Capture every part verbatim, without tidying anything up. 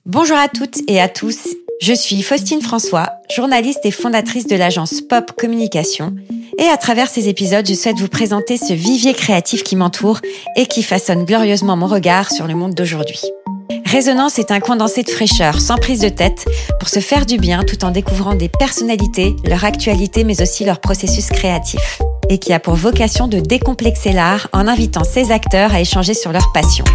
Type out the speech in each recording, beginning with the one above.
Bonjour à toutes et à tous, je suis Faustine François, journaliste et fondatrice de l'agence Pop Communication. Et à travers ces épisodes, je souhaite vous présenter ce vivier créatif qui m'entoure et qui façonne glorieusement mon regard sur le monde d'aujourd'hui. Résonance est un condensé de fraîcheur, sans prise de tête, pour se faire du bien tout en découvrant des personnalités, leur actualité mais aussi leur processus créatif. Et qui a pour vocation de décomplexer l'art en invitant ses acteurs à échanger sur leur passion.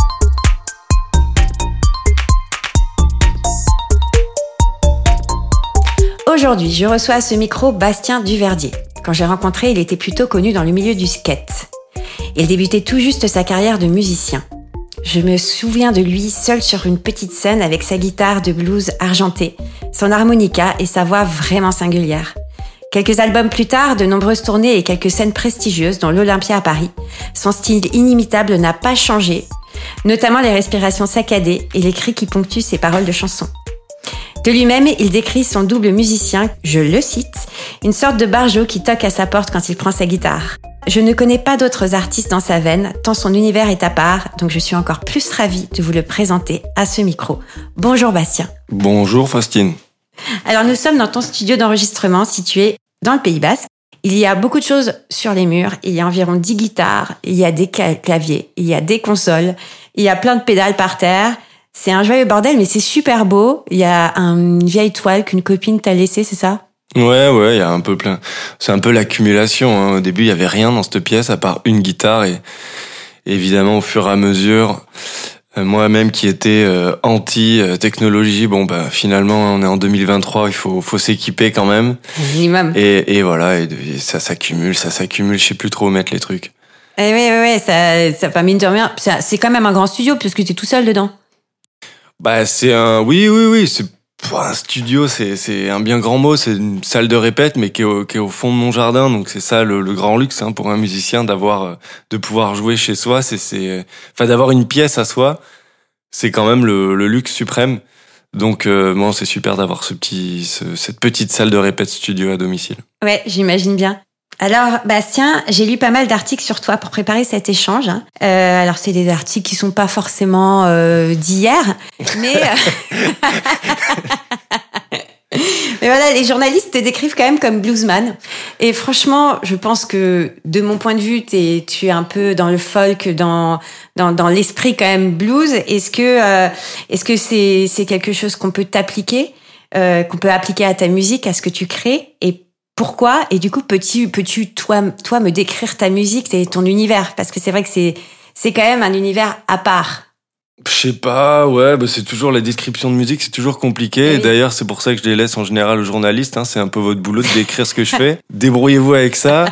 Aujourd'hui, je reçois à ce micro Bastien Duverdier. Quand j'ai rencontré, il était plutôt connu dans le milieu du skate. Il débutait tout juste sa carrière de musicien. Je me souviens de lui seul sur une petite scène avec sa guitare de blues argentée, son harmonica et sa voix vraiment singulière. Quelques albums plus tard, de nombreuses tournées et quelques scènes prestigieuses, dont l'Olympia à Paris, son style inimitable n'a pas changé, notamment les respirations saccadées et les cris qui ponctuent ses paroles de chansons. De lui-même, il décrit son double musicien, je le cite, une sorte de barjot qui toque à sa porte quand il prend sa guitare. Je ne connais pas d'autres artistes dans sa veine, tant son univers est à part, donc je suis encore plus ravie de vous le présenter à ce micro. Bonjour Bastien. Bonjour Faustine. Alors nous sommes dans ton studio d'enregistrement situé dans le Pays Basque. Il y a beaucoup de choses sur les murs, il y a environ dix guitares, il y a des claviers, il y a des consoles, il y a plein de pédales par terre. C'est un joyeux bordel, mais c'est super beau. Il y a une vieille toile qu'une copine t'a laissée, c'est ça ? Ouais, ouais, il y a un peu plein. C'est un peu l'accumulation. Hein. Au début, il y avait rien dans cette pièce à part une guitare et évidemment, au fur et à mesure, euh, moi-même qui étais euh, anti-technologie, bon, bah finalement, on est en deux mille vingt-trois, il faut, faut s'équiper quand même. Minimum. Et, et voilà, et, et ça s'accumule, ça s'accumule. Je sais plus trop où mettre les trucs. Eh oui, oui, oui, ça, ça, pas mine de rien. C'est quand même un grand studio puisque t'es tout seul dedans. Bah c'est un oui oui oui c'est un studio, c'est c'est un bien grand mot, c'est une salle de répète mais qui est au, qui est au fond de mon jardin, donc c'est ça le, le grand luxe hein, pour un musicien d'avoir de pouvoir jouer chez soi, c'est c'est enfin d'avoir une pièce à soi, c'est quand même le, le luxe suprême. Donc euh, bon, c'est super d'avoir ce petit ce, cette petite salle de répète studio à domicile. Ouais, j'imagine bien. Alors, Bastien, j'ai lu pas mal d'articles sur toi pour préparer cet échange. Euh, alors, c'est des articles qui sont pas forcément euh, d'hier, mais... mais voilà, les journalistes te décrivent quand même comme bluesman. Et franchement, je pense que, de mon point de vue, t'es, tu es un peu dans le folk, dans dans, dans l'esprit quand même blues. Est-ce que euh, est-ce que c'est c'est quelque chose qu'on peut t'appliquer, euh, qu'on peut appliquer à ta musique, à ce que tu crées et pourquoi ? Et du coup, peux-tu, peux-tu toi, toi, me décrire ta musique et ton univers ? Parce que c'est vrai que c'est, c'est quand même un univers à part. Je sais pas, ouais, bah c'est toujours la description de musique, c'est toujours compliqué. Oui. Et d'ailleurs, c'est pour ça que je les laisse en général aux journalistes. Hein, c'est un peu votre boulot de décrire ce que je fais. Débrouillez-vous avec ça.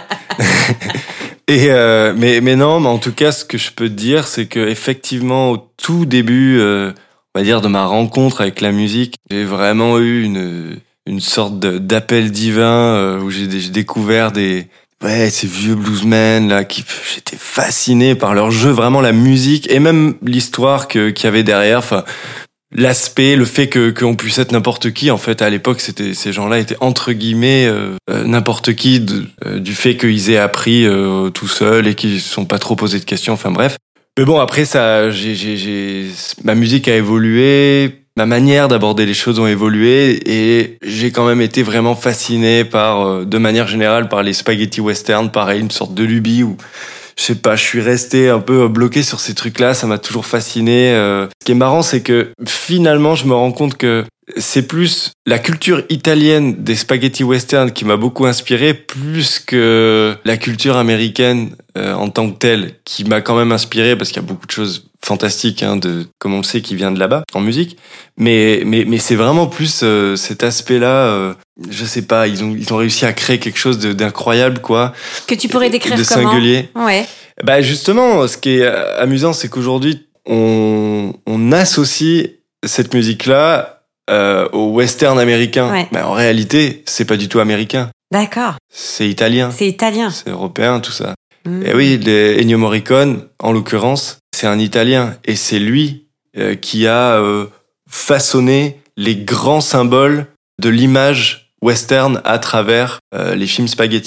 et euh, mais mais non, mais en tout cas, ce que je peux te dire, c'est que effectivement, au tout début, euh, on va dire de ma rencontre avec la musique, j'ai vraiment eu une une sorte de, d'appel divin euh, où j'ai, j'ai découvert des ouais ces vieux bluesmen là qui j'étais fasciné par leur jeu, vraiment la musique et même l'histoire que qu'il y avait derrière, enfin l'aspect, le fait que qu'on puisse être n'importe qui en fait. À l'époque, c'était ces gens-là étaient entre guillemets euh, euh, n'importe qui de, euh, du fait qu'ils aient appris euh, tout seuls et qu'ils se sont pas trop posé de questions, enfin bref. Mais bon, après ça, j'ai j'ai j'ai ma musique a évolué. Ma manière d'aborder les choses ont évolué et j'ai quand même été vraiment fasciné par, de manière générale, par les spaghetti western, pareil, une sorte de lubie où, je sais pas, je suis resté un peu bloqué sur ces trucs-là, ça m'a toujours fasciné. Ce qui est marrant, c'est que finalement, je me rends compte que c'est plus la culture italienne des spaghetti western qui m'a beaucoup inspiré, plus que la culture américaine euh, en tant que telle, qui m'a quand même inspiré, parce qu'il y a beaucoup de choses fantastiques, hein, de, comme on le sait, qui vient de là-bas, en musique. Mais, mais, mais c'est vraiment plus euh, cet aspect-là, euh, je sais pas, ils ont, ils ont réussi à créer quelque chose de, d'incroyable, quoi. Que tu pourrais décrire de comment ? singulier. Ouais. Bah justement, ce qui est amusant, c'est qu'aujourd'hui, on, on associe cette musique-là Euh, au western américain. Ouais. Mais en réalité, c'est pas du tout américain. D'accord. C'est italien. C'est italien. C'est européen, tout ça. Mmh. Et oui, les Ennio Morricone, en l'occurrence, c'est un Italien. Et c'est lui euh, qui a euh, façonné les grands symboles de l'image western à travers euh, les films spaghetti.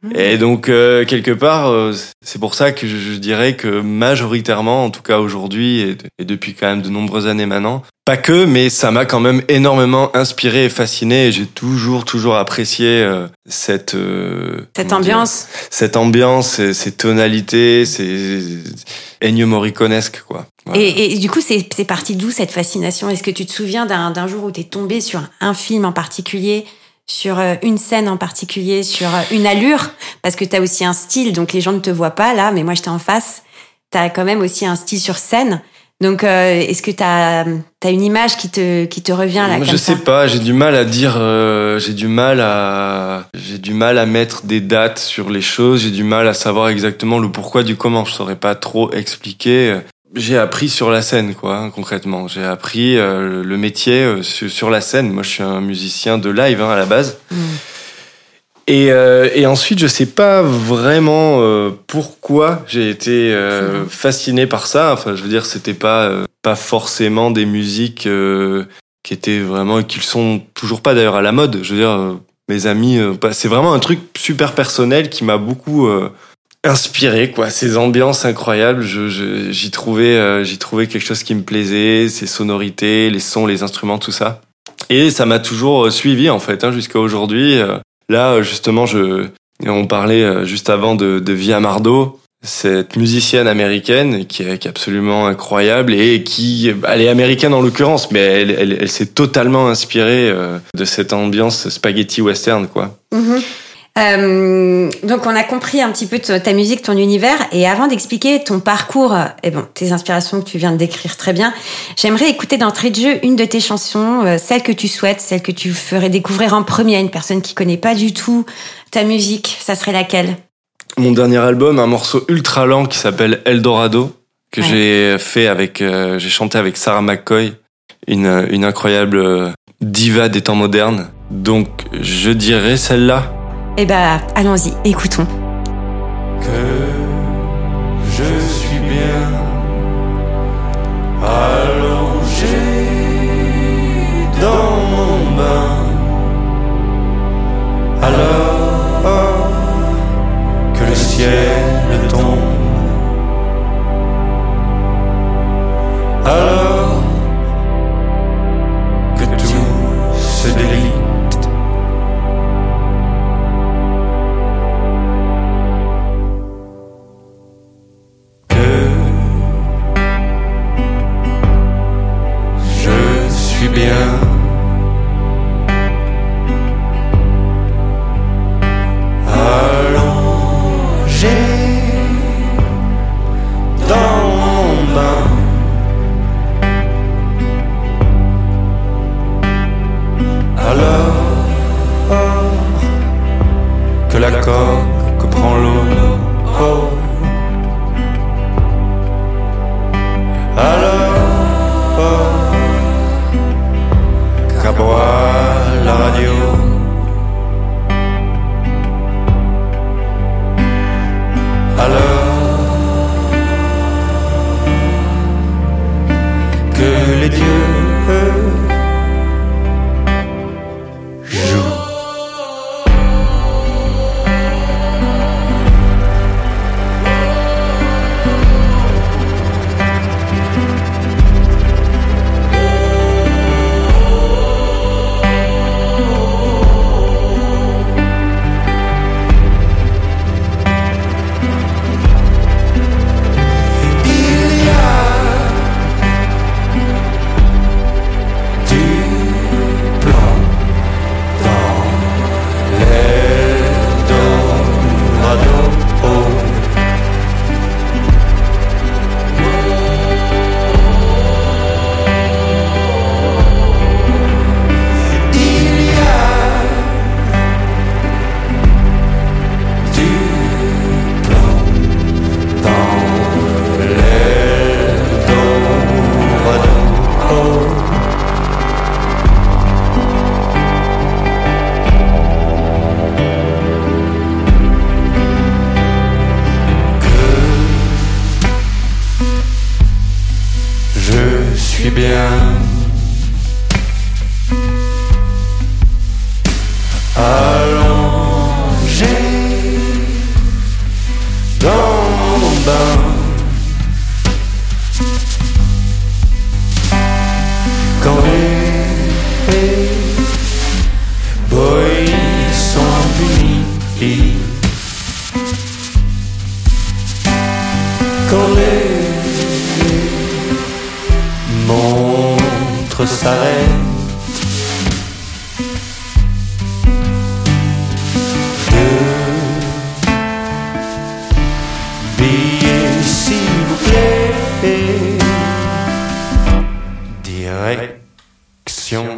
Et donc, euh, quelque part, euh, c'est pour ça que je, je dirais que majoritairement, en tout cas aujourd'hui et, et depuis quand même de nombreuses années maintenant, pas que, mais ça m'a quand même énormément inspiré et fasciné. Et j'ai toujours, toujours apprécié euh, cette euh, cette ambiance, dire, cette ambiance, ces, ces tonalités, ces Ennio Morriconesque, quoi. Voilà. Et, et du coup, c'est, c'est parti d'où cette fascination ? Est-ce que tu te souviens d'un, d'un jour où t'es tombé sur un film en particulier, sur une scène en particulier, sur une allure ? Parce que t'as aussi un style, donc les gens ne te voient pas là, mais moi j'étais en face. T'as quand même aussi un style sur scène. Donc, euh, est-ce que t'as, t'as une image qui te, qui te revient là ? Moi, comme je ça sais pas. J'ai du mal à dire. Euh, j'ai du mal à. J'ai du mal à mettre des dates sur les choses. J'ai du mal à savoir exactement le pourquoi du comment. Je saurais pas trop expliquer. J'ai appris sur la scène, quoi, hein, concrètement. J'ai appris euh, le métier euh, sur, sur la scène. Moi, je suis un musicien de live hein, à la base. Mmh. Et, euh, et ensuite, je sais pas vraiment euh, pourquoi j'ai été euh, fasciné par ça. Enfin, je veux dire, c'était pas euh, pas forcément des musiques euh, qui étaient vraiment, qui le sont toujours pas d'ailleurs à la mode. Je veux dire, euh, mes amis, euh, c'est vraiment un truc super personnel qui m'a beaucoup euh, inspiré, quoi. Ces ambiances incroyables, je, je, j'y trouvais, euh, j'y trouvais quelque chose qui me plaisait, ces sonorités, les sons, les instruments, tout ça. Et ça m'a toujours suivi en fait, hein, jusqu'à aujourd'hui. Euh, Là, justement, je, on parlait juste avant de, de Via Mardo, cette musicienne américaine qui est, qui est absolument incroyable et qui, elle est américaine en l'occurrence, mais elle, elle, elle s'est totalement inspirée de cette ambiance spaghetti western, quoi. Mm-hmm. Euh, donc on a compris un petit peu ta musique, ton univers, et avant d'expliquer ton parcours et bon tes inspirations que tu viens de décrire très bien, j'aimerais écouter d'entrée de jeu une de tes chansons, euh, celle que tu souhaites, celle que tu ferais découvrir en premier à une personne qui connaît pas du tout ta musique. Ça serait laquelle ? Mon dernier album, un morceau ultra lent qui s'appelle Eldorado, que ouais. j'ai fait avec, euh, j'ai chanté avec Sarah McCoy, une une incroyable diva des temps modernes. Donc je dirais celle-là. Eh ben, allons-y, écoutons. Que je suis bien allongé dans mon bain, alors que le ciel tombe, alors que tout se délite. Bien allongé dans mon bain, alors que la coque prend l'eau, oh. Alors l'autre s'arrête. Deux billets s'il vous plaît. Direction.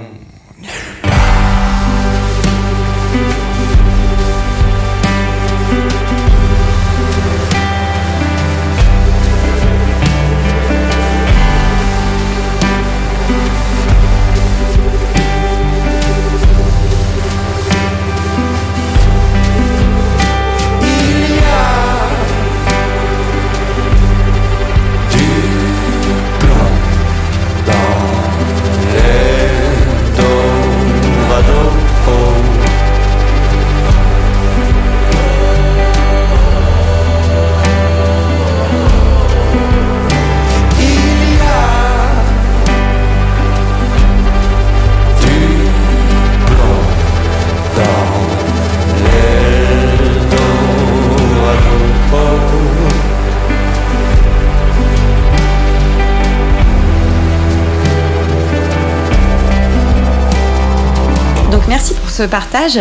Merci pour ce partage.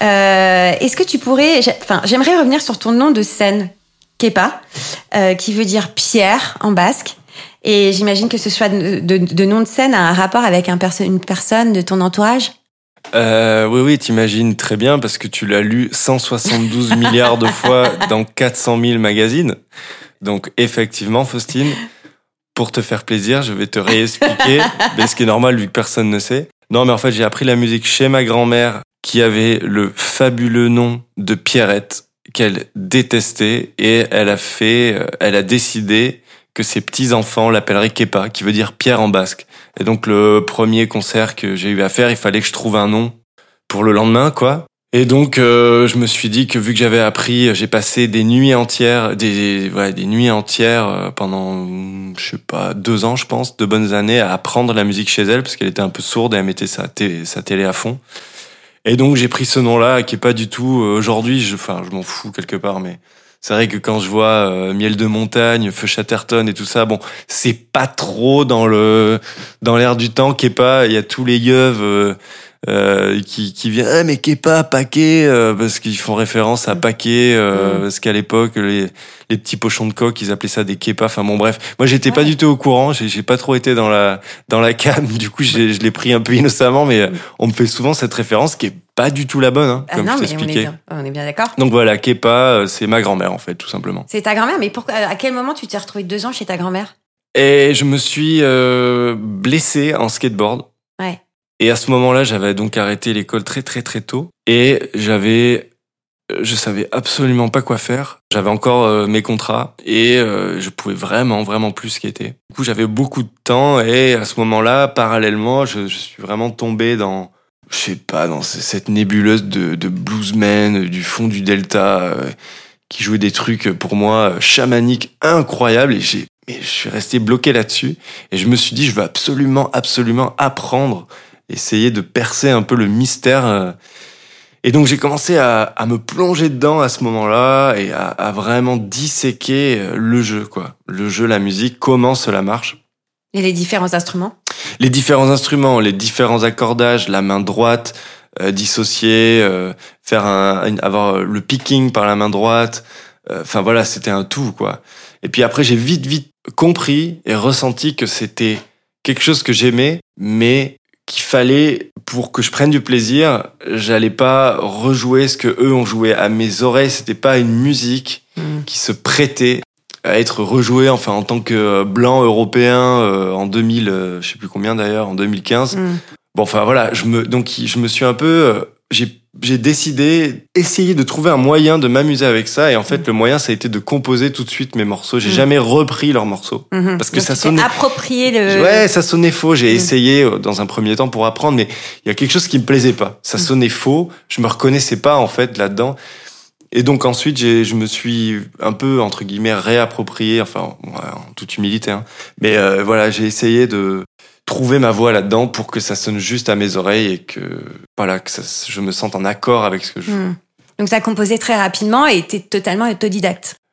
Euh, est-ce que tu pourrais... Enfin, j'aimerais revenir sur ton nom de scène, Kepa, euh, qui veut dire pierre en basque. Et j'imagine que ce soit de, de, de nom de scène a un rapport avec un perso- une personne de ton entourage. Euh, oui, oui, t'imagines très bien parce que tu l'as lu cent soixante-douze milliards de fois dans quatre cent mille magazines. Donc, effectivement, Faustine, pour te faire plaisir, je vais te réexpliquer, mais ce qui est normal vu que personne ne sait. Non, mais en fait, j'ai appris la musique chez ma grand-mère qui avait le fabuleux nom de Pierrette qu'elle détestait et elle a fait, elle a décidé que ses petits-enfants l'appelleraient Kepa, qui veut dire pierre en basque. Et donc, le premier concert que j'ai eu à faire, il fallait que je trouve un nom pour le lendemain, quoi. Et donc, euh, je me suis dit que vu que j'avais appris, j'ai passé des nuits entières, des, ouais, des nuits entières pendant, je sais pas, deux ans, je pense, deux bonnes années à apprendre la musique chez elle parce qu'elle était un peu sourde et elle mettait sa, t- sa télé à fond. Et donc, j'ai pris ce nom-là qui est pas du tout, euh, aujourd'hui, je, enfin, je m'en fous quelque part, mais c'est vrai que quand je vois euh, Miel de montagne, Feu Chatterton et tout ça, bon, c'est pas trop dans le, dans l'air du temps, Kepa, il y a tous les yeux, euh, Euh, qui qui vient ah mais Kepa Paquet euh, parce qu'ils font référence à Paquet euh, mmh. parce qu'à l'époque les les petits pochons de coq ils appelaient ça des Kepa, enfin bon bref, moi j'étais ouais. pas du tout au courant, j'ai j'ai pas trop été dans la dans la cam, du coup j'ai je l'ai pris un peu innocemment, mais mmh. on me fait souvent cette référence qui est pas du tout la bonne hein, ah comme non, je mais t'expliquais. On est bien, on est bien d'accord. Donc voilà, Kepa c'est ma grand-mère en fait tout simplement. C'est ta grand-mère, mais pourquoi à quel moment tu t'es retrouvé deux ans chez ta grand-mère? Et je me suis euh, blessé en skateboard. Ouais. Et à ce moment-là, j'avais donc arrêté l'école très très très tôt et j'avais, je savais absolument pas quoi faire. J'avais encore euh, mes contrats et euh, je pouvais vraiment vraiment plus skater. Du coup, j'avais beaucoup de temps et à ce moment-là, parallèlement, je, je suis vraiment tombé dans, je sais pas, dans cette nébuleuse de, de bluesmen du fond du delta euh, qui jouaient des trucs pour moi chamaniques incroyables et j'ai, mais je suis resté bloqué là-dessus et je me suis dit, je veux absolument absolument apprendre. Essayer de percer un peu le mystère. Et donc, j'ai commencé à, à me plonger dedans à ce moment-là et à, à vraiment disséquer le jeu, quoi. Le jeu, la musique, comment cela marche. Et les différents instruments? Les différents instruments, les différents accordages, la main droite, euh, dissocier, euh, faire un, avoir le picking par la main droite. Enfin, euh, voilà, c'était un tout, quoi. Et puis après, j'ai vite, vite compris et ressenti que c'était quelque chose que j'aimais, mais qu'il fallait, pour que je prenne du plaisir, j'allais pas rejouer ce que eux ont joué à mes oreilles. C'était pas une musique mmh. qui se prêtait à être rejouée, enfin, en tant que blanc européen, euh, en deux mille, euh, je sais plus combien d'ailleurs, en deux mille quinze. Mmh. Bon, enfin, voilà, je me, donc, je me suis un peu, euh, j'ai, j'ai décidé, essayer de trouver un moyen de m'amuser avec ça. Et en fait, mmh. le moyen, ça a été de composer tout de suite mes morceaux. J'ai mmh. jamais repris leurs morceaux. Mmh. Parce que donc ça tu sonnait. t'es approprié le. Ouais, ça sonnait faux. J'ai mmh. essayé dans un premier temps pour apprendre, mais il y a quelque chose qui me plaisait pas. Ça mmh. sonnait faux. Je me reconnaissais pas, en fait, là-dedans. Et donc ensuite, j'ai, je me suis un peu, entre guillemets, réapproprié, enfin, en toute humilité, hein. Mais euh, voilà, j'ai essayé de trouver ma voix là-dedans pour que ça sonne juste à mes oreilles et que, voilà, que ça, je me sente en accord avec ce que je fais. Mmh. Donc, tu as composé très rapidement et tu es totalement autodidacte.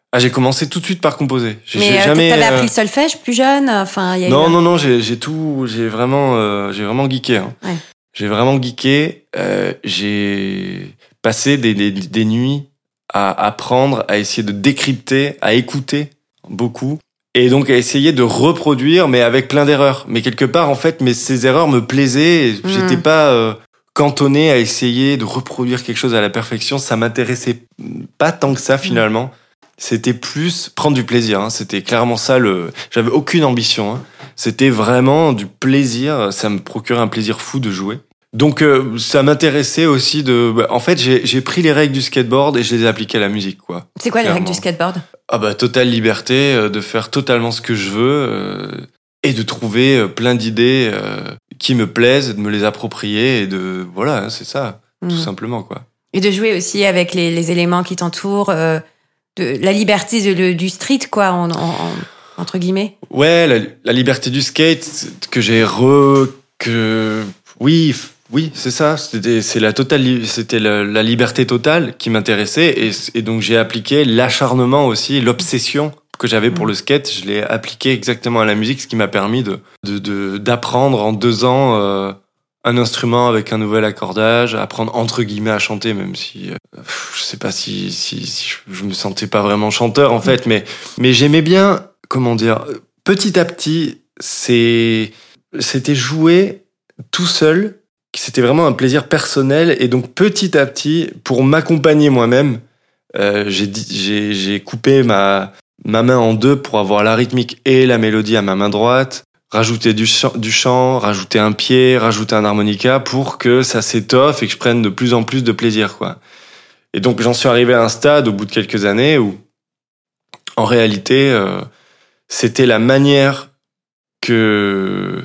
Ah, j'ai commencé tout de suite par composer. J'ai, Mais j'ai euh, jamais. t'avais euh, appris le solfège plus jeune, enfin, il y a Non, eu... non, non, j'ai, j'ai tout, j'ai vraiment, euh, j'ai vraiment geeké. Hein. Ouais. J'ai vraiment geeké. Euh, j'ai passé des, des, des nuits à apprendre, à essayer de décrypter, à écouter beaucoup. Et donc à essayer de reproduire, mais avec plein d'erreurs. Mais quelque part, en fait, mais ces erreurs me plaisaient. Et Mmh. j'étais pas euh, cantonné à essayer de reproduire quelque chose à la perfection. Ça m'intéressait pas tant que ça, finalement. C'était plus prendre du plaisir. Hein. C'était clairement ça. Le... J'avais aucune ambition. Hein. C'était vraiment du plaisir. Ça me procurait un plaisir fou de jouer. Donc euh, ça m'intéressait aussi de... En fait, j'ai, j'ai pris les règles du skateboard et je les ai appliquées à la musique, quoi. C'est quoi les Clairement. règles du skateboard? Ah bah totale liberté, euh, de faire totalement ce que je veux euh, et de trouver euh, plein d'idées euh, qui me plaisent, de me les approprier et de... Voilà, hein, c'est ça, Mmh. tout simplement, quoi. Et de jouer aussi avec les, les éléments qui t'entourent, euh, de la liberté de, le- du street, quoi, en, en- en- entre guillemets. Ouais, la, la liberté du skate que j'ai re... que... Oui, f- oui, c'est ça. C'était, c'est la totale, li- c'était la, la liberté totale qui m'intéressait et, et donc j'ai appliqué l'acharnement aussi, l'obsession que j'avais pour le skate. Je l'ai appliqué exactement à la musique, ce qui m'a permis de, de, de d'apprendre en deux ans euh, un instrument avec un nouvel accordage, apprendre entre guillemets à chanter, même si euh, je sais pas si, si, si je, je me sentais pas vraiment chanteur en fait, mais mais j'aimais bien, comment dire, petit à petit, c'est c'était jouer tout seul. C'était vraiment un plaisir personnel et donc petit à petit, pour m'accompagner moi-même, euh, j'ai, dit- j'ai, j'ai coupé ma, ma main en deux pour avoir la rythmique et la mélodie à ma main droite, rajouter du chant, du chant, rajouter un pied, rajouter un harmonica pour que ça s'étoffe et que je prenne de plus en plus de plaisir, quoi. Et donc j'en suis arrivé à un stade au bout de quelques années où, en réalité, euh, c'était la manière que...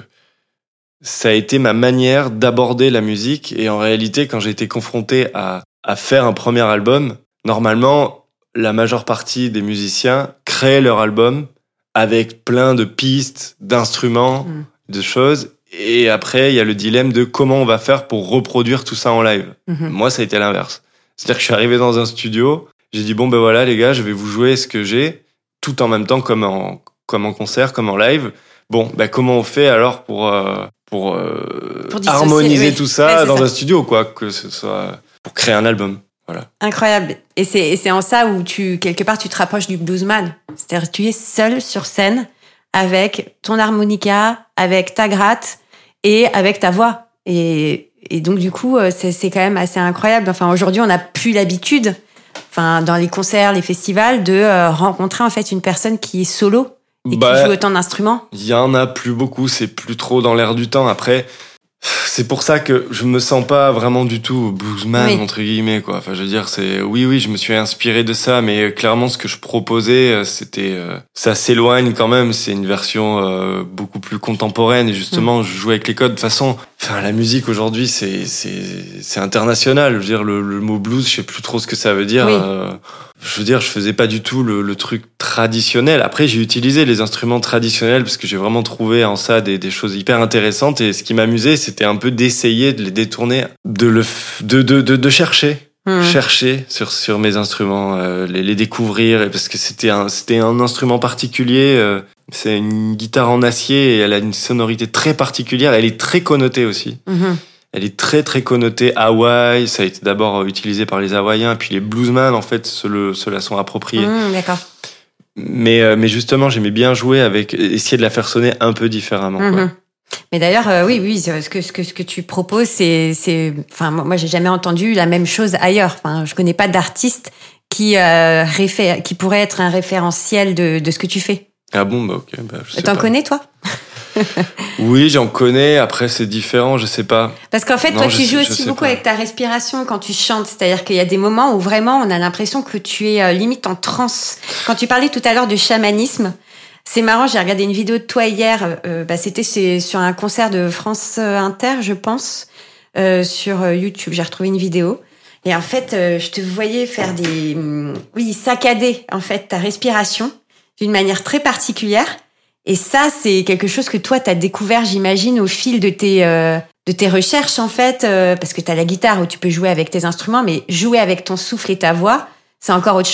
ça a été ma manière d'aborder la musique. Et en réalité, quand j'ai été confronté à, à faire un premier album, normalement, la majeure partie des musiciens créent leur album avec plein de pistes, d'instruments, Mm. de choses. Et après, il y a le dilemme de comment on va faire pour reproduire tout ça en live. Mhm. Moi, ça a été l'inverse. C'est-à-dire que je suis arrivé dans un studio, j'ai dit, bon, ben voilà, les gars, je vais vous jouer ce que j'ai, tout en même temps comme en, comme en concert, comme en live. Bon, ben comment on fait alors pour... euh, pour, euh, Pour dissocier, harmoniser oui. tout ça Ouais, c'est dans ça. un studio, quoi, que ce soit pour créer un album. Voilà. Incroyable. Et c'est, et c'est en ça où tu, quelque part, tu te rapproches du bluesman. C'est-à-dire que tu es seul sur scène avec ton harmonica, avec ta gratte et avec ta voix. Et, et donc, du coup, c'est, c'est quand même assez incroyable. Enfin, aujourd'hui, on n'a plus l'habitude, enfin, dans les concerts, les festivals, de euh, rencontrer, en fait, une personne qui est solo et Bah, qui joue autant d'instruments. il y en a plus beaucoup, c'est plus trop dans l'air du temps. Après, c'est pour ça que je me sens pas vraiment du tout bluesman, Oui. entre guillemets, quoi. Enfin, je veux dire, c'est, oui, oui, je me suis inspiré de ça, mais clairement, ce que je proposais, euh, c'était, euh, ça s'éloigne quand même. C'est une version euh, beaucoup plus contemporaine. Et justement, Mm. je jouais avec les codes. De toute façon, enfin, la musique aujourd'hui, c'est, c'est, c'est international. Je veux dire, le, le mot blues, je sais plus trop ce que ça veut dire. Oui. Euh, je veux dire, je faisais pas du tout le, le truc traditionnel. Après, j'ai utilisé les instruments traditionnels parce que j'ai vraiment trouvé en ça des, des choses hyper intéressantes. Et ce qui m'amusait, c'était un peu d'essayer de les détourner, de le, f- de, de, de, de chercher, Mhm. chercher sur, sur mes instruments, euh, les, les découvrir. Et parce que c'était un, c'était un instrument particulier. euh, c'est une guitare en acier et elle a une sonorité très particulière. Elle est très connotée aussi. Mhm. Elle est très très connotée Hawaï. Ça a été d'abord utilisé par les Hawaïens, puis les bluesman en fait se, le, se la sont appropriés. Mhm, d'accord. Mais euh, mais justement, j'aimais bien jouer avec, essayer de la faire sonner un peu différemment. Quoi. Mhm. Mais d'ailleurs, euh, oui, oui, ce que, ce que, ce que tu proposes, c'est, c'est, enfin, moi, moi, j'ai jamais entendu la même chose ailleurs. Enfin, je connais pas d'artiste qui, euh, réfé- qui pourrait être un référentiel de, de ce que tu fais. Ah bon, bah ok. Bah, je sais T'en pas. connais, toi? Oui, j'en connais. Après, c'est différent, je sais pas. Parce qu'en fait, Non, toi, je tu sais- joues je aussi sais beaucoup pas. avec ta respiration quand tu chantes. C'est-à-dire qu'il y a des moments où vraiment, on a l'impression que tu es euh, limite en transe. Quand tu parlais tout à l'heure de chamanisme, c'est marrant, j'ai regardé une vidéo de toi hier. Euh, bah, c'était c'est sur un concert de France Inter, je pense, euh, sur euh, YouTube. J'ai retrouvé une vidéo. Et en fait, euh, je te voyais faire des... hum, Oui, saccader, en fait, ta respiration d'une manière très particulière. Et ça, c'est quelque chose que toi, t'as découvert, j'imagine, au fil de tes, euh, de tes recherches, en fait, euh, parce que t'as la guitare où tu peux jouer avec tes instruments, mais jouer avec ton souffle et ta voix, c'est encore autre chose.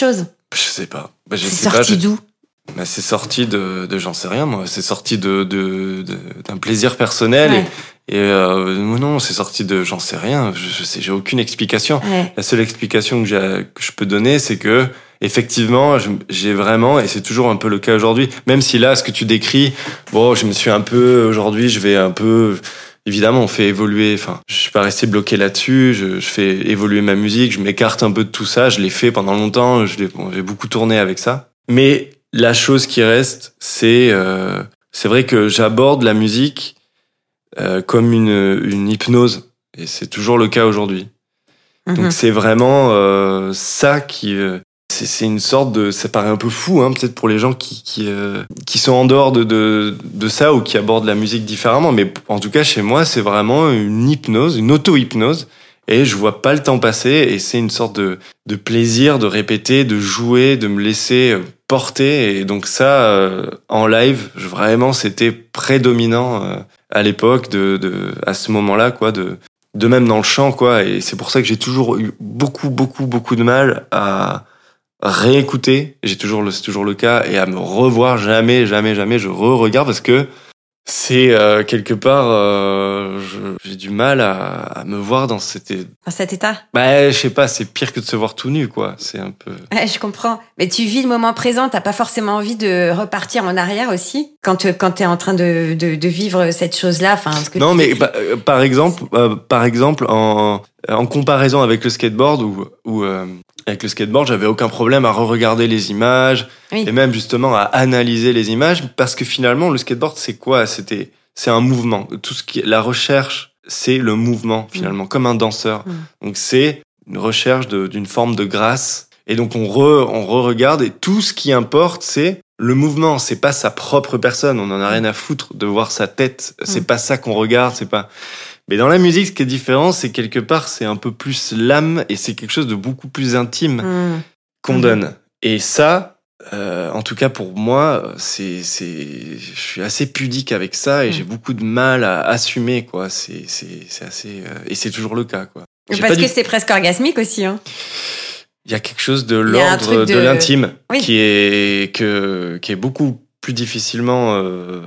Je sais pas. Bah, je C'est sais sorti pas, je- d'où? bah, c'est sorti de, de j'en sais rien moi. C'est sorti de, de, de- d'un plaisir personnel Ouais. et, et euh, non, c'est sorti de j'en sais rien. Je, je sais, j'ai aucune explication. Ouais. La seule explication que, j'ai, que je peux donner, c'est que effectivement, je- j'ai vraiment, et c'est toujours un peu le cas aujourd'hui, même si là, ce que tu décris, bon, je me suis un peu, aujourd'hui, je vais un peu, évidemment, on fait évoluer, enfin, je suis pas resté bloqué là-dessus, je, je fais évoluer ma musique, je m'écarte un peu de tout ça, je l'ai fait pendant longtemps, je l'ai, bon, j'ai beaucoup tourné avec ça. Mais la chose qui reste, c'est, euh, c'est vrai que j'aborde la musique euh, comme une, une hypnose, et c'est toujours le cas aujourd'hui. Donc Mhm. c'est vraiment euh, ça qui euh, c'est c'est une sorte de ça paraît un peu fou hein, peut-être pour les gens qui qui euh, qui sont en dehors de de de ça ou qui abordent la musique différemment, mais en tout cas chez moi c'est vraiment une hypnose, une auto-hypnose, et je vois pas le temps passer, et c'est une sorte de de plaisir de répéter, de jouer, de me laisser euh, porter, et donc ça euh, en live je- vraiment c'était prédominant euh, à l'époque de de à ce moment-là quoi, de de même dans le chant quoi, et c'est pour ça que j'ai toujours eu beaucoup beaucoup beaucoup de mal à réécouter, j'ai toujours le c'est toujours le cas, et à me revoir. Jamais jamais jamais je re-regarde parce que c'est euh, quelque part euh, je- j'ai du mal à, à me voir dans cet é- Dans cet état? bah je sais pas, c'est pire que de se voir tout nu quoi, c'est un peu Ouais, je comprends. Mais tu vis le moment présent, t'as pas forcément envie de repartir en arrière aussi quand euh, quand t'es en train de, de de vivre cette chose-là. Enfin, ce que non tu mais décris. bah, euh, par exemple euh, par exemple en en comparaison avec le skateboard ou ou euh, avec le skateboard j'avais aucun problème à re-regarder les images. Oui. Et même justement à analyser les images, parce que finalement le skateboard c'est quoi? C'était c'est un mouvement. Tout ce qui la recherche c'est le mouvement finalement, comme un danseur. Mm. Donc c'est une recherche de- d'une forme de grâce. Et donc on re on re-regarde, et tout ce qui importe c'est le mouvement. C'est pas sa propre personne. On en a rien à foutre de voir sa tête. C'est Mm. pas ça qu'on regarde. C'est pas. Mais dans la musique, ce qui est différent, c'est quelque part c'est un peu plus l'âme, et c'est quelque chose de beaucoup plus intime Mm. qu'on Mhm. donne. Et ça, euh, en tout cas pour moi, c'est, c'est, je suis assez pudique avec ça, et Mm. j'ai beaucoup de mal à assumer quoi. C'est, c'est, c'est assez, euh, et c'est toujours le cas quoi. J'ai Parce pas que du- c'est presque orgasmique aussi. Hein. Il y a quelque chose de Il y a un l'ordre truc de, de- l'intime Oui. qui est que qui est beaucoup plus difficilement euh,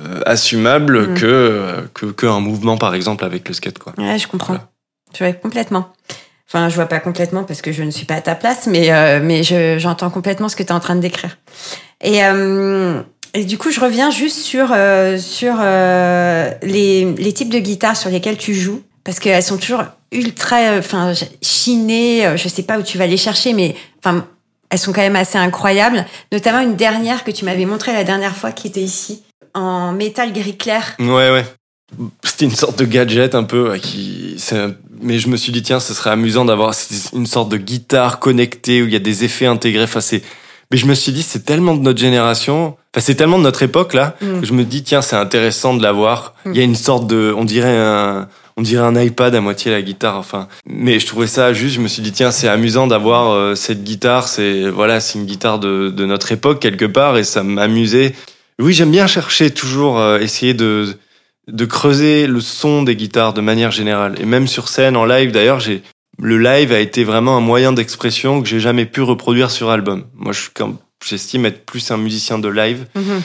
assumable Mm. que que qu'un mouvement par exemple avec le skate quoi. Ouais, je comprends. Voilà. Je vois complètement. Enfin, je vois pas complètement parce que je ne suis pas à ta place, mais euh, mais je, j'entends complètement ce que tu es en train de décrire. Et euh, et du coup, je reviens juste sur euh, sur euh, les les types de guitares sur lesquelles tu joues, parce qu'elles sont toujours ultra, euh, enfin, chinées. euh, Je sais pas où tu vas les chercher, mais enfin, elles sont quand même assez incroyables. Notamment une dernière que tu m'avais montrée la dernière fois, qui était ici, en métal gris clair. Ouais, ouais. C'était une sorte de gadget un peu ouais, qui. C'est un- Mais je me suis dit tiens, ce serait amusant d'avoir c'est une sorte de guitare connectée où il y a des effets intégrés. Enfin, c'est. Mais je me suis dit c'est tellement de notre génération. Enfin, c'est tellement de notre époque là Mm. que je me dis tiens, c'est intéressant de l'avoir. Mm. Il y a une sorte de, on dirait un, on dirait un iPad à moitié la guitare. Enfin, mais je trouvais ça juste. Je me suis dit tiens, c'est amusant d'avoir euh, cette guitare. C'est voilà, c'est une guitare de de notre époque quelque part, et ça m'amusait. Oui, j'aime bien chercher toujours euh, essayer de de creuser le son des guitares de manière générale, et même sur scène en live d'ailleurs, j'ai le live a été vraiment un moyen d'expression que j'ai jamais pu reproduire sur album. Moi je suis comme j'estime être plus un musicien de live, Mhm.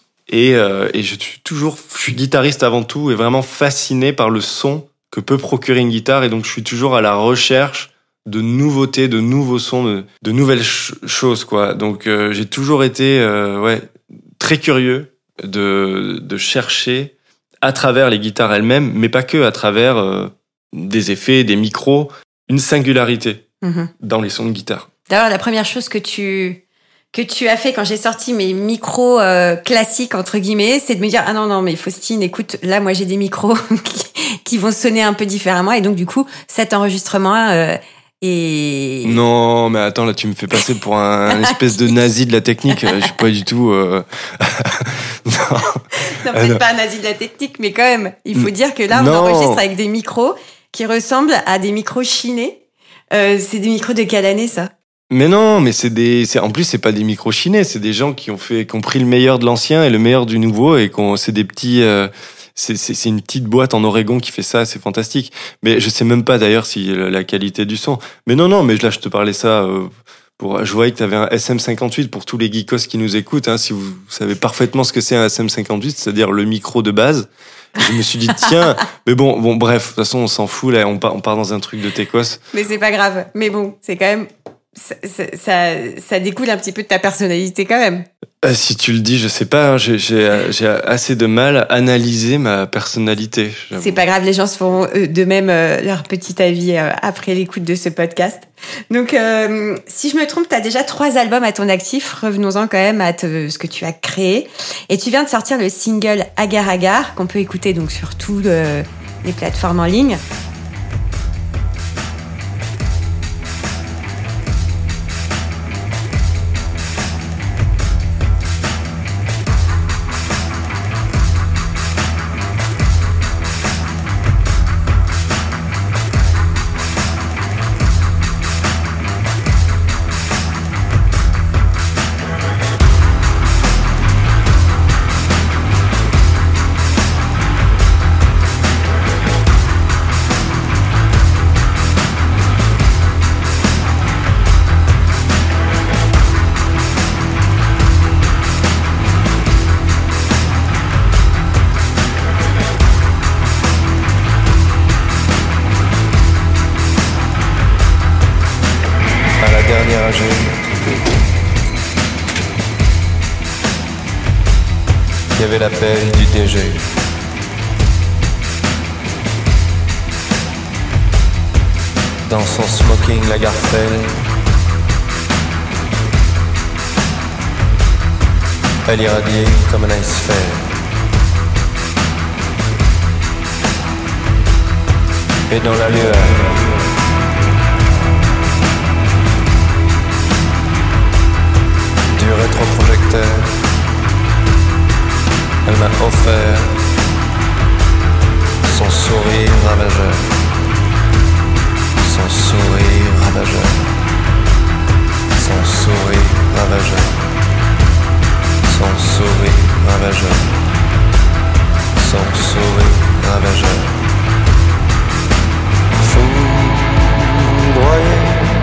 et euh, et je suis toujours je suis guitariste avant tout, et vraiment fasciné par le son que peut procurer une guitare, et donc je suis toujours à la recherche de nouveautés, de nouveaux sons, de, de nouvelles ch- choses quoi. Donc euh, j'ai toujours été euh, ouais très curieux de de chercher à travers les guitares elles-mêmes, mais pas que, à travers euh, des effets, des micros, une singularité Mhm. dans les sons de guitare. D'ailleurs, la première chose que tu que tu as fait quand j'ai sorti mes micros euh, classiques entre guillemets, c'est de me dire ah non non mais Faustine, écoute, là moi j'ai des micros qui, qui vont sonner un peu différemment, et donc du coup cet enregistrement euh, est Non, mais attends, là tu me fais passer pour un, un espèce de nazi de la technique. Je suis pas du tout. Euh... non. non, Ah, peut-être non. pas un nazi de la technique, mais quand même, il faut dire que là on Non. enregistre avec des micros qui ressemblent à des micros chinés. Euh, c'est des micros de quelle année ça? Mais non, mais c'est des, c'est en plus c'est pas des micros chinés, c'est des gens qui ont fait, qui ont pris le meilleur de l'ancien et le meilleur du nouveau, et qu'on, c'est des petits, euh, c'est, c'est, c'est une petite boîte en Oregon qui fait ça, c'est fantastique. Mais je sais même pas d'ailleurs si la, la qualité du son. Mais non, non, mais là je te parlais ça euh, pour, je voyais que tu avais un S M cinquante-huit pour tous les geekos qui nous écoutent. Hein, si vous savez parfaitement ce que c'est un S M cinquante-huit, c'est-à-dire le micro de base. Je me suis dit, tiens, mais bon, bon, bref, de toute façon, on s'en fout, là, on part, on part dans un truc de techos. Mais c'est pas grave. Mais bon, c'est quand même, ça, ça, ça, ça découle un petit peu de ta personnalité quand même. Euh, si tu le dis, je sais pas, hein, j'ai, j'ai, j'ai assez de mal à analyser ma personnalité. J'avoue. C'est pas grave, les gens se feront de même euh, leur petit avis euh, après l'écoute de ce podcast. Donc, euh, si je me trompe, tu as déjà trois albums à ton actif. Revenons-en quand même à te, ce que tu as créé. Et tu viens de sortir le single Agar Agar, qu'on peut écouter donc sur toutes euh, les plateformes en ligne. Il y avait l'appel du D G. Dans son smoking Lagarfeld, elle irradiait comme un iceberg. Et dans la lueur, du rétroprojecteur, elle m'a offert son sourire ravageur, son sourire ravageur, son sourire ravageur, son sourire ravageur, son sourire ravageur. Foudroyé,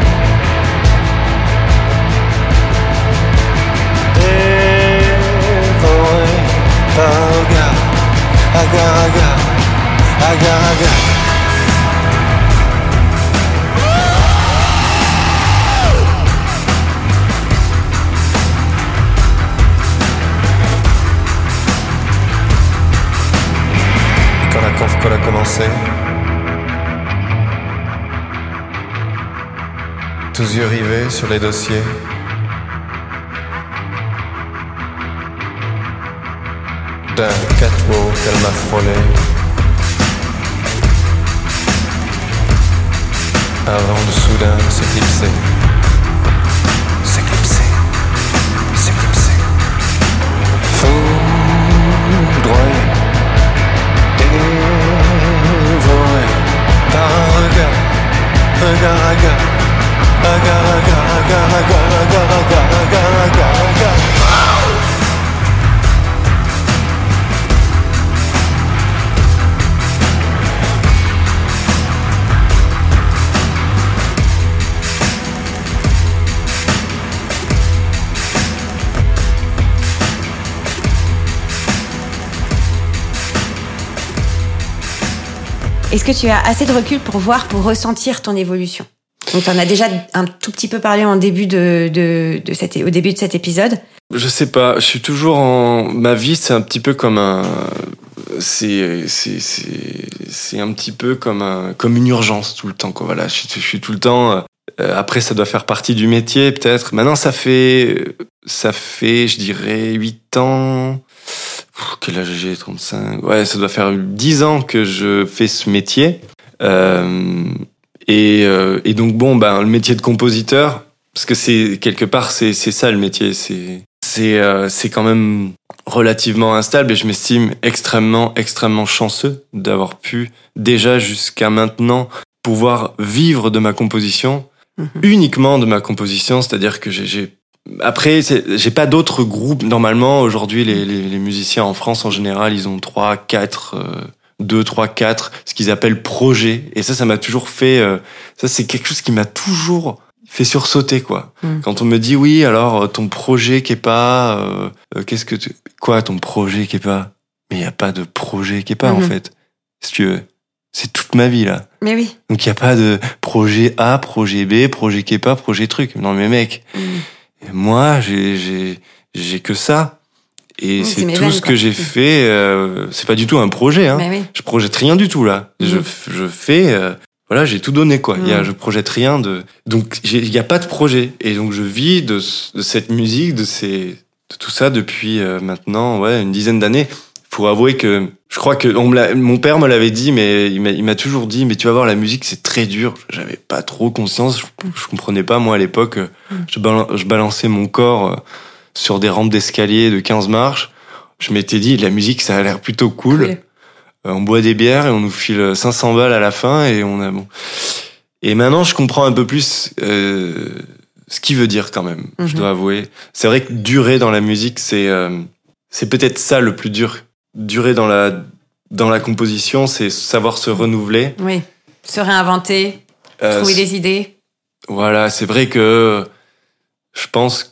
dévoré par Agar, Agar, Agar, Agar, Agar. Et quand la conf call a commencé, tous yeux rivés sur les dossiers, d'un catwalk qu'elle m'a frôlé avant de soudain s'éclipser, s'éclipser, s'éclipser. Foudroyé, dévoré par un regard, regard, regard, regard, regard, regard, regard, regard, regard, regard, regard, regard. Est-ce que tu as assez de recul pour voir, pour ressentir ton évolution ? Donc, tu en as déjà un tout petit peu parlé en début de, de, de cet, au début de cet épisode. Je sais pas, je suis toujours en... Ma vie, c'est un petit peu comme un... C'est, c'est, c'est, c'est un petit peu comme, un, comme une urgence tout le temps, quoi. Voilà, je, je suis tout le temps... Euh, après, ça doit faire partie du métier, peut-être. Maintenant, ça fait... Ça fait, je dirais, huit ans... Quel âge j'ai ? trente-cinq. Ouais, ça doit faire dix ans que je fais ce métier. Euh, et, euh, et donc, bon, ben, le métier de compositeur, parce que c'est, quelque part, c'est, c'est ça le métier. C'est, c'est, euh, c'est quand même relativement instable et je m'estime extrêmement, extrêmement chanceux d'avoir pu, déjà jusqu'à maintenant, pouvoir vivre de ma composition, mmh. uniquement de ma composition. C'est-à-dire que j'ai, j'ai Après, c'est, j'ai pas d'autres groupes. Normalement, aujourd'hui, les, les, les musiciens en France, en général, ils ont trois, quatre, euh, deux, trois, quatre, ce qu'ils appellent projet. Et ça, ça m'a toujours fait, euh, ça, c'est quelque chose qui m'a toujours fait sursauter, quoi. Mm. Quand on me dit, oui, alors, ton projet Kepa, euh, euh, qu'est-ce que tu... Quoi, ton projet Kepa? Mais il n'y a pas de projet Kepa, mm-hmm. en fait. Si tu veux. C'est toute ma vie, là. Mais oui. Donc, il n'y a pas de projet A, projet B, projet Kepa, projet truc. Non, mais mec, mm. moi, j'ai, j'ai, j'ai que ça. Et oui, c'est, c'est tout veines, ce que j'ai fait. Euh, c'est pas du tout un projet. Hein. Oui. Je projette rien du tout là. Mmh. Je, je fais. Euh, voilà, j'ai tout donné quoi. Mmh. Il y a, je projette rien de. Donc il y a pas de projet. Et donc je vis de, de cette musique, de ces, de tout ça depuis euh, maintenant ouais une dizaine d'années. Faut avouer que je crois que on me l'a, mon père me l'avait dit, mais il m'a, il m'a toujours dit, mais tu vas voir, la musique c'est très dur. J'avais pas trop conscience. Je, je comprenais pas moi à l'époque. Mmh. Je, balan, je balançais mon corps. Euh, sur des rampes d'escalier de quinze marches, je m'étais dit, la musique, ça a l'air plutôt cool. Oui. Euh, on boit des bières et on nous file cinq cents balles à la fin et on a bon. Et maintenant, je comprends un peu plus euh, ce qu'il veut dire quand même. Mm-hmm. Je dois avouer. C'est vrai que durer dans la musique, c'est euh, c'est peut-être ça le plus dur. Durer dans la dans la composition, c'est savoir se renouveler. Oui. Se réinventer, euh, trouver des idées. Voilà, c'est vrai que. Je pense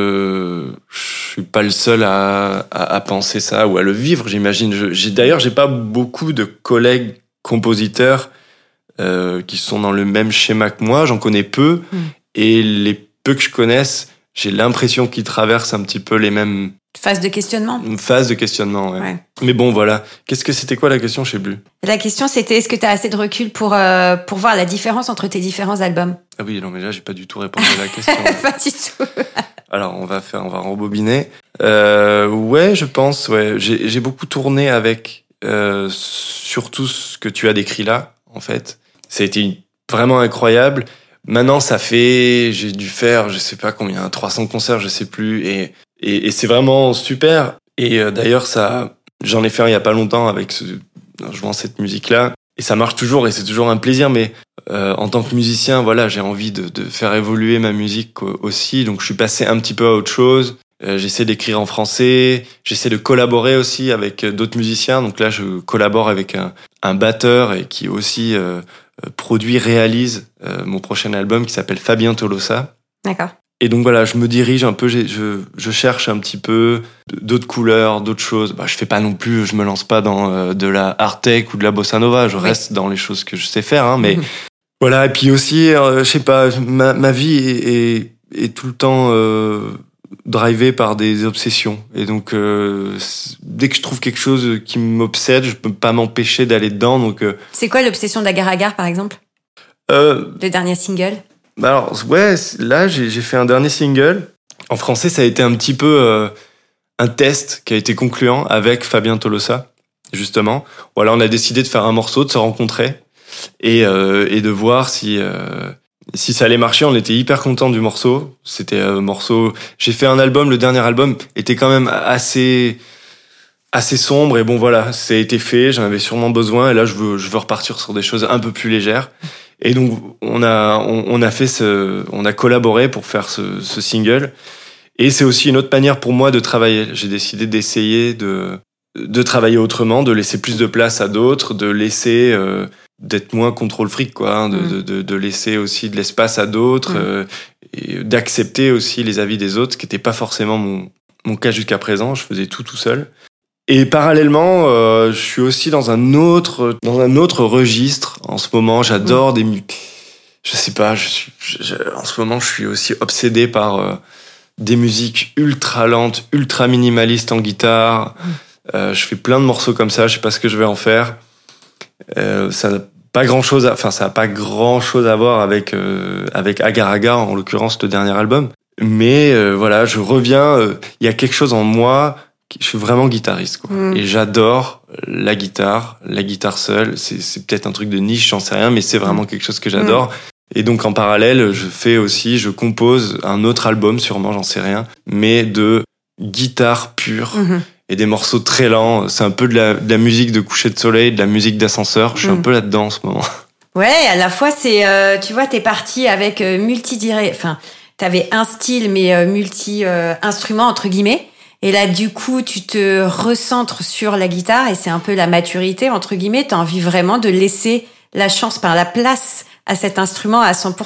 que je suis pas le seul à, à, à penser ça ou à le vivre, j'imagine. Je, j'ai, d'ailleurs, j'ai pas beaucoup de collègues compositeurs euh, qui sont dans le même schéma que moi. J'en connais peu. Mmh. Et les peu que je connaisse, j'ai l'impression qu'ils traversent un petit peu les mêmes... Phase de questionnement. Phase de questionnement, ouais. ouais. Mais bon, voilà. Qu'est-ce que c'était quoi la question? Je sais plus. La question, c'était est-ce que tu as assez de recul pour, euh, pour voir la différence entre tes différents albums? Ah oui, non, mais là, j'ai pas du tout répondu à la question. Pas du tout. Alors, on va faire, on va rembobiner. Euh, ouais, je pense, ouais. J'ai, j'ai beaucoup tourné avec, euh, surtout ce que tu as décrit là, en fait. Ça a été vraiment incroyable. Maintenant, ça fait, j'ai dû faire, je sais pas combien, trois cents concerts, je sais plus, et, et, et c'est vraiment super. Et euh, d'ailleurs, ça, j'en ai fait un il y a pas longtemps avec ce, en jouant cette musique-là, et ça marche toujours, et c'est toujours un plaisir. Mais euh, en tant que musicien, voilà, j'ai envie de, de faire évoluer ma musique aussi, donc je suis passé un petit peu à autre chose. Euh, j'essaie d'écrire en français, j'essaie de collaborer aussi avec d'autres musiciens. Donc là, je collabore avec un, un batteur et qui aussi euh, produit, réalise euh, mon prochain album qui s'appelle Fabien Tolosa. D'accord. Et donc voilà, je me dirige un peu, je, je cherche un petit peu d'autres couleurs, d'autres choses. Bah, je fais pas non plus, je me lance pas dans euh, de la art tech ou de la bossa nova. Je oui. reste dans les choses que je sais faire, hein, mais mmh. voilà. Et puis aussi, euh, je sais pas, ma, ma vie est, est, est tout le temps euh, drivée par des obsessions. Et donc, euh, dès que je trouve quelque chose qui m'obsède, je peux pas m'empêcher d'aller dedans. Donc, euh, c'est quoi l'obsession d'Agar Agar, par exemple? euh, Le dernier single? Alors, ouais, là, j'ai, j'ai fait un dernier single. En français, ça a été un petit peu euh, un test qui a été concluant avec Fabien Tolosa, justement. Voilà, on a décidé de faire un morceau, de se rencontrer et, euh, et de voir si, euh, si ça allait marcher. On était hyper contents du morceau. C'était un morceau... J'ai fait un album, le dernier album était quand même assez... assez sombre. Et bon, voilà, ça a été fait. J'en avais sûrement besoin. Et là, je veux, je veux repartir sur des choses un peu plus légères. Et donc on a on, on a fait ce on a collaboré pour faire ce, ce single et c'est aussi une autre manière pour moi de travailler. J'ai décidé d'essayer de de travailler autrement, de laisser plus de place à d'autres, de laisser euh, d'être moins contrôle fric quoi, hein, de, mmh. de de de laisser aussi de l'espace à d'autres mmh. euh, et d'accepter aussi les avis des autres, ce qui n'était pas forcément mon mon cas jusqu'à présent. Je faisais tout tout seul. Et parallèlement, euh, je suis aussi dans un autre dans un autre registre en ce moment. J'adore mmh. des, je sais pas, je suis, je, en ce moment, je suis aussi obsédé par euh, des musiques ultra lentes, ultra minimalistes en guitare. Mmh. Euh, je fais plein de morceaux comme ça. Je sais pas ce que je vais en faire. Euh, ça n'a pas grand chose, à, enfin ça a pas grand chose à voir avec euh, avec Agar Agar, en l'occurrence le dernier album. Mais euh, voilà, je reviens. Il euh, y a quelque chose en moi. Je suis vraiment guitariste, quoi. Mmh. Et j'adore la guitare, la guitare seule. C'est, c'est peut-être un truc de niche, j'en sais rien, mais c'est vraiment quelque chose que j'adore. Mmh. Et donc, en parallèle, je fais aussi, je compose un autre album, sûrement, j'en sais rien, mais de guitare pure mmh. et des morceaux très lents. C'est un peu de la, de la musique de coucher de soleil, de la musique d'ascenseur. Je suis mmh. un peu là-dedans en ce moment. Ouais, à la fois, c'est, euh, tu vois, t'es parti avec euh, multi-diré, enfin, t'avais un style, mais euh, multi-instrument, euh, entre guillemets. Et là, du coup, tu te recentres sur la guitare et c'est un peu la maturité, entre guillemets. T'as envie vraiment de laisser la chance par la place à cet instrument à cent pour cent.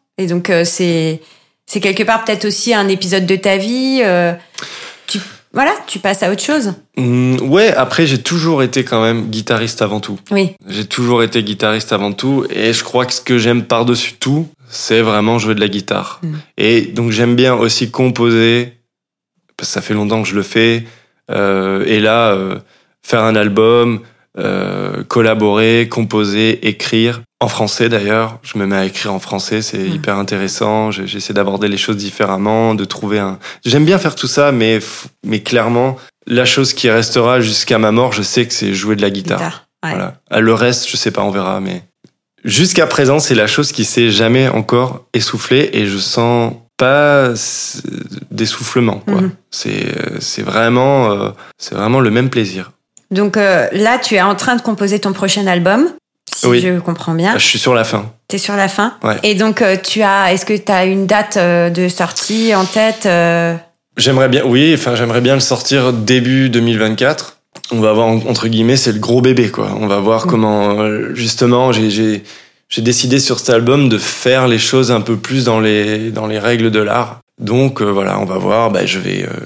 Et donc, euh, c'est, c'est quelque part peut-être aussi un épisode de ta vie. Euh, tu, voilà, tu passes à autre chose. Mmh, ouais, après, j'ai toujours été quand même guitariste avant tout. Oui. J'ai toujours été guitariste avant tout. Et je crois que ce que j'aime par-dessus tout, c'est vraiment jouer de la guitare. Mmh. Et donc, j'aime bien aussi composer, parce que ça fait longtemps que je le fais. Euh, et là, euh, faire un album, euh, collaborer, composer, écrire. En français d'ailleurs, je me mets à écrire en français, c'est mmh. hyper intéressant. J'essaie d'aborder les choses différemment, de trouver un. J'aime bien faire tout ça, mais mais clairement, la chose qui restera jusqu'à ma mort, je sais que c'est jouer de la guitare. guitare ouais. Voilà. Le reste, je sais pas, on verra. Mais jusqu'à présent, c'est la chose qui s'est jamais encore essoufflée et je sens pas d'essoufflement. Quoi. Mmh. C'est c'est vraiment euh, c'est vraiment le même plaisir. Donc euh, là, tu es en train de composer ton prochain album. Si oui. je comprends bien. Je suis sur la fin. T'es sur la fin. Ouais. Et donc, euh, tu as, est-ce que tu as une date euh, de sortie en tête euh... J'aimerais bien, oui, enfin, j'aimerais bien le sortir début deux mille vingt-quatre. On va voir, entre guillemets, c'est le gros bébé, quoi. On va voir mmh. comment, euh, justement, j'ai, j'ai, j'ai décidé sur cet album de faire les choses un peu plus dans les, dans les règles de l'art. Donc, euh, voilà, on va voir, bah, je vais, euh,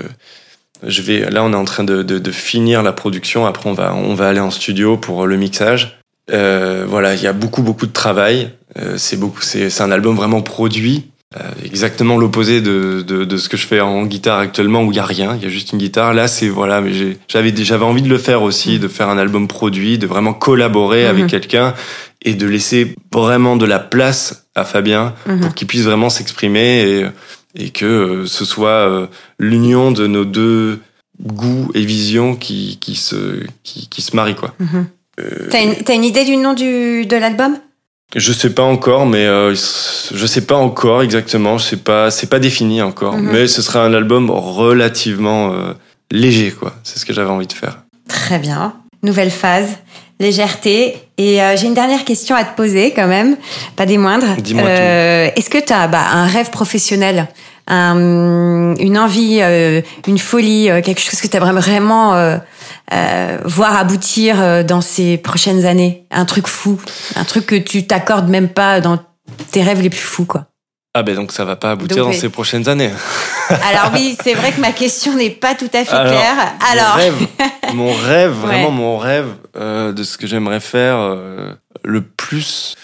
je vais, là, on est en train de, de, de finir la production. Après, on va, on va aller en studio pour le mixage. Euh, voilà, il y a beaucoup beaucoup de travail. Euh, c'est beaucoup, c'est, c'est un album vraiment produit, euh, exactement l'opposé de, de de ce que je fais en guitare actuellement où il y a rien, il y a juste une guitare. Là, c'est voilà, mais j'ai, j'avais j'avais envie de le faire aussi, mmh. de faire un album produit, de vraiment collaborer mmh. avec quelqu'un et de laisser vraiment de la place à Fabien mmh. pour qu'il puisse vraiment s'exprimer et et que euh, ce soit euh, l'union de nos deux goûts et visions qui qui se qui qui se marient quoi. Mmh. Euh, t'as, une, t'as une idée du nom du, de l'album ? Je sais pas encore, mais euh, je sais pas encore exactement. Je sais pas, c'est pas défini encore. Mm-hmm. Mais ce sera un album relativement euh, léger, quoi. C'est ce que j'avais envie de faire. Très bien. Nouvelle phase, légèreté. Et euh, j'ai une dernière question à te poser, quand même, pas des moindres. Dis-moi euh, tout. Est-ce que t'as bah, un rêve professionnel, un, une envie, euh, une folie, euh, quelque chose que t'aimerais vraiment euh, euh, voir aboutir euh, dans ces prochaines années, un truc fou, un truc que tu t'accordes même pas dans tes rêves les plus fous, quoi. Ah ben donc ça va pas aboutir donc, dans oui. ces prochaines années. Alors oui, c'est vrai que ma question n'est pas tout à fait Alors, claire. Alors mon rêve, mon rêve vraiment ouais. mon rêve euh, de ce que j'aimerais faire euh, le plus.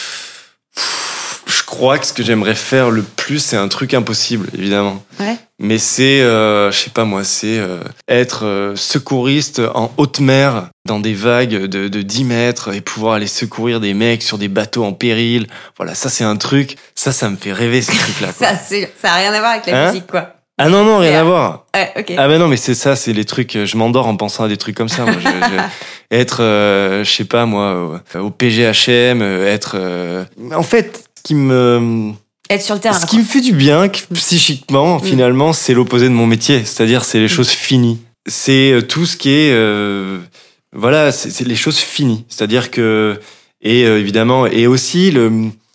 Je crois que ce que j'aimerais faire le plus, c'est un truc impossible, évidemment. Ouais. Mais c'est, euh, je sais pas moi, c'est euh, être euh, secouriste en haute mer, dans des vagues de, de dix mètres, et pouvoir aller secourir des mecs sur des bateaux en péril. Voilà, ça c'est un truc, ça, ça me fait rêver, ce truc-là. ça, c'est, ça a rien à voir avec la hein musique, quoi. Ah non, non, rien c'est... à voir. Ouais, ok. Ah ben non, mais c'est ça, c'est les trucs, je m'endors en pensant à des trucs comme ça. Moi, je, je, être, euh, je sais pas moi, au, au P G H M, être... Euh... En fait, ce qui me... Être sur le terrain. Ce qui me fait du bien, psychiquement, mmh. finalement, c'est l'opposé de mon métier. C'est-à-dire, c'est les mmh. choses finies. C'est tout ce qui est... Euh, voilà, c'est, c'est les choses finies. C'est-à-dire que... Et euh, évidemment, et aussi, le...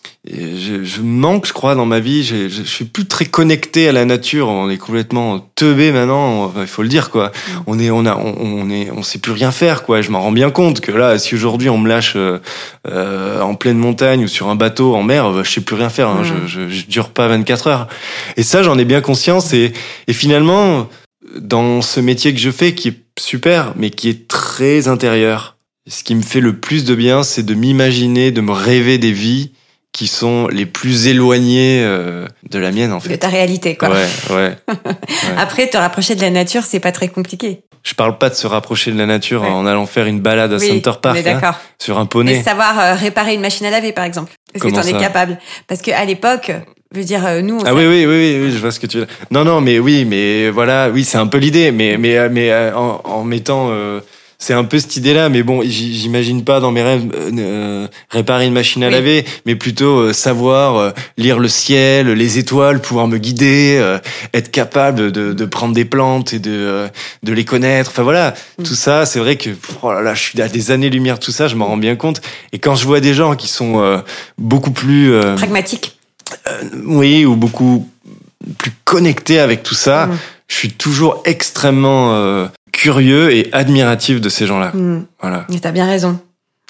Je, je manque, je crois, dans ma vie. Je, je, je suis plus très connecté à la nature. On est complètement teubé maintenant. Il faut le dire, quoi. Mmh. On est, on a, on, on est, on sait plus rien faire, quoi. Je m'en rends bien compte que là, si aujourd'hui on me lâche euh, euh, en pleine montagne ou sur un bateau en mer, bah, je sais plus rien faire. Hein. Mmh. Je, je, je dure pas vingt-quatre heures. Et ça, j'en ai bien conscience. Et, et finalement, dans ce métier que je fais, qui est super, mais qui est très intérieur, ce qui me fait le plus de bien, c'est de m'imaginer, de me rêver des vies qui sont les plus éloignés euh, de la mienne, en fait. De ta réalité, quoi. Ouais, ouais. ouais. Après, te rapprocher de la nature, c'est pas très compliqué. Je parle pas de se rapprocher de la nature ouais. en allant faire une balade à oui, Center Park, hein, sur un poney. Mais savoir euh, réparer une machine à laver, par exemple. Est-ce Comment que t'en ça? es capable? Parce qu'à l'époque, je veux dire, nous... On ah oui, oui, oui, oui, oui, je vois ce que tu veux dire. Non, non, mais oui, mais voilà, oui, c'est un peu l'idée, mais, mais, mais en, en mettant... Euh, c'est un peu cette idée-là, mais bon, j'imagine pas dans mes rêves euh, réparer une machine à oui. laver, mais plutôt euh, savoir euh, lire le ciel, les étoiles, pouvoir me guider, euh, être capable de, de prendre des plantes et de, euh, de les connaître. Enfin voilà, mmh. tout ça, c'est vrai que oh là là, je suis à des années-lumière tout ça, je m'en rends bien compte. Et quand je vois des gens qui sont euh, beaucoup plus euh, pragmatiques, euh, oui, ou beaucoup plus connectés avec tout ça, mmh. je suis toujours extrêmement euh, curieux et admiratif de ces gens-là. Mmh. Voilà. Et t'as bien raison.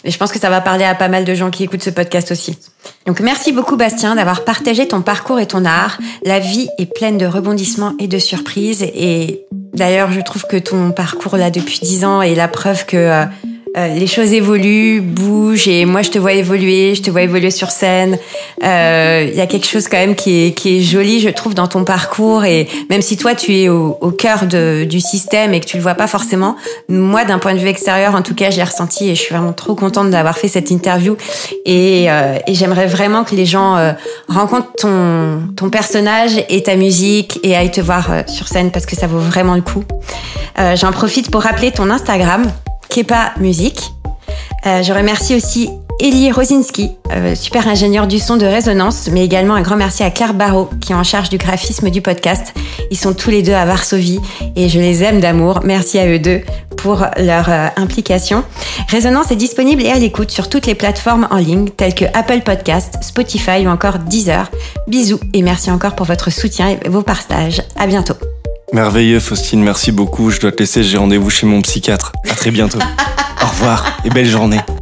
Et je pense que ça va parler à pas mal de gens qui écoutent ce podcast aussi. Donc merci beaucoup Bastien d'avoir partagé ton parcours et ton art. La vie est pleine de rebondissements et de surprises. Et d'ailleurs, je trouve que ton parcours là depuis dix ans est la preuve que euh, euh, les choses évoluent, bougent. Et moi, je te vois évoluer, je te vois évoluer sur scène. Il euh, y a quelque chose quand même qui est, qui est joli, je trouve, dans ton parcours. Et même si toi, tu es au, au cœur de, du système et que tu le vois pas forcément, moi, d'un point de vue extérieur, en tout cas, je l'ai ressenti et je suis vraiment trop contente d'avoir fait cette interview. Et, euh, et j'aimerais vraiment que les gens euh, rencontrent ton, ton personnage et ta musique et aillent te voir euh, sur scène parce que ça vaut vraiment le coup. Euh, j'en profite pour rappeler ton Instagram, Kepa Musique. Euh, je remercie aussi Elie Rosinski, euh, super ingénieur du son de Résonance, mais également un grand merci à Claire Barrault, qui est en charge du graphisme du podcast. Ils sont tous les deux à Varsovie et je les aime d'amour. Merci à eux deux pour leur euh, implication. Résonance est disponible et à l'écoute sur toutes les plateformes en ligne telles que Apple Podcasts, Spotify ou encore Deezer. Bisous et merci encore pour votre soutien et vos partages. À bientôt. Merveilleux Faustine, merci beaucoup. Je dois te laisser, j'ai rendez-vous chez mon psychiatre. À très bientôt. Au revoir et belle journée.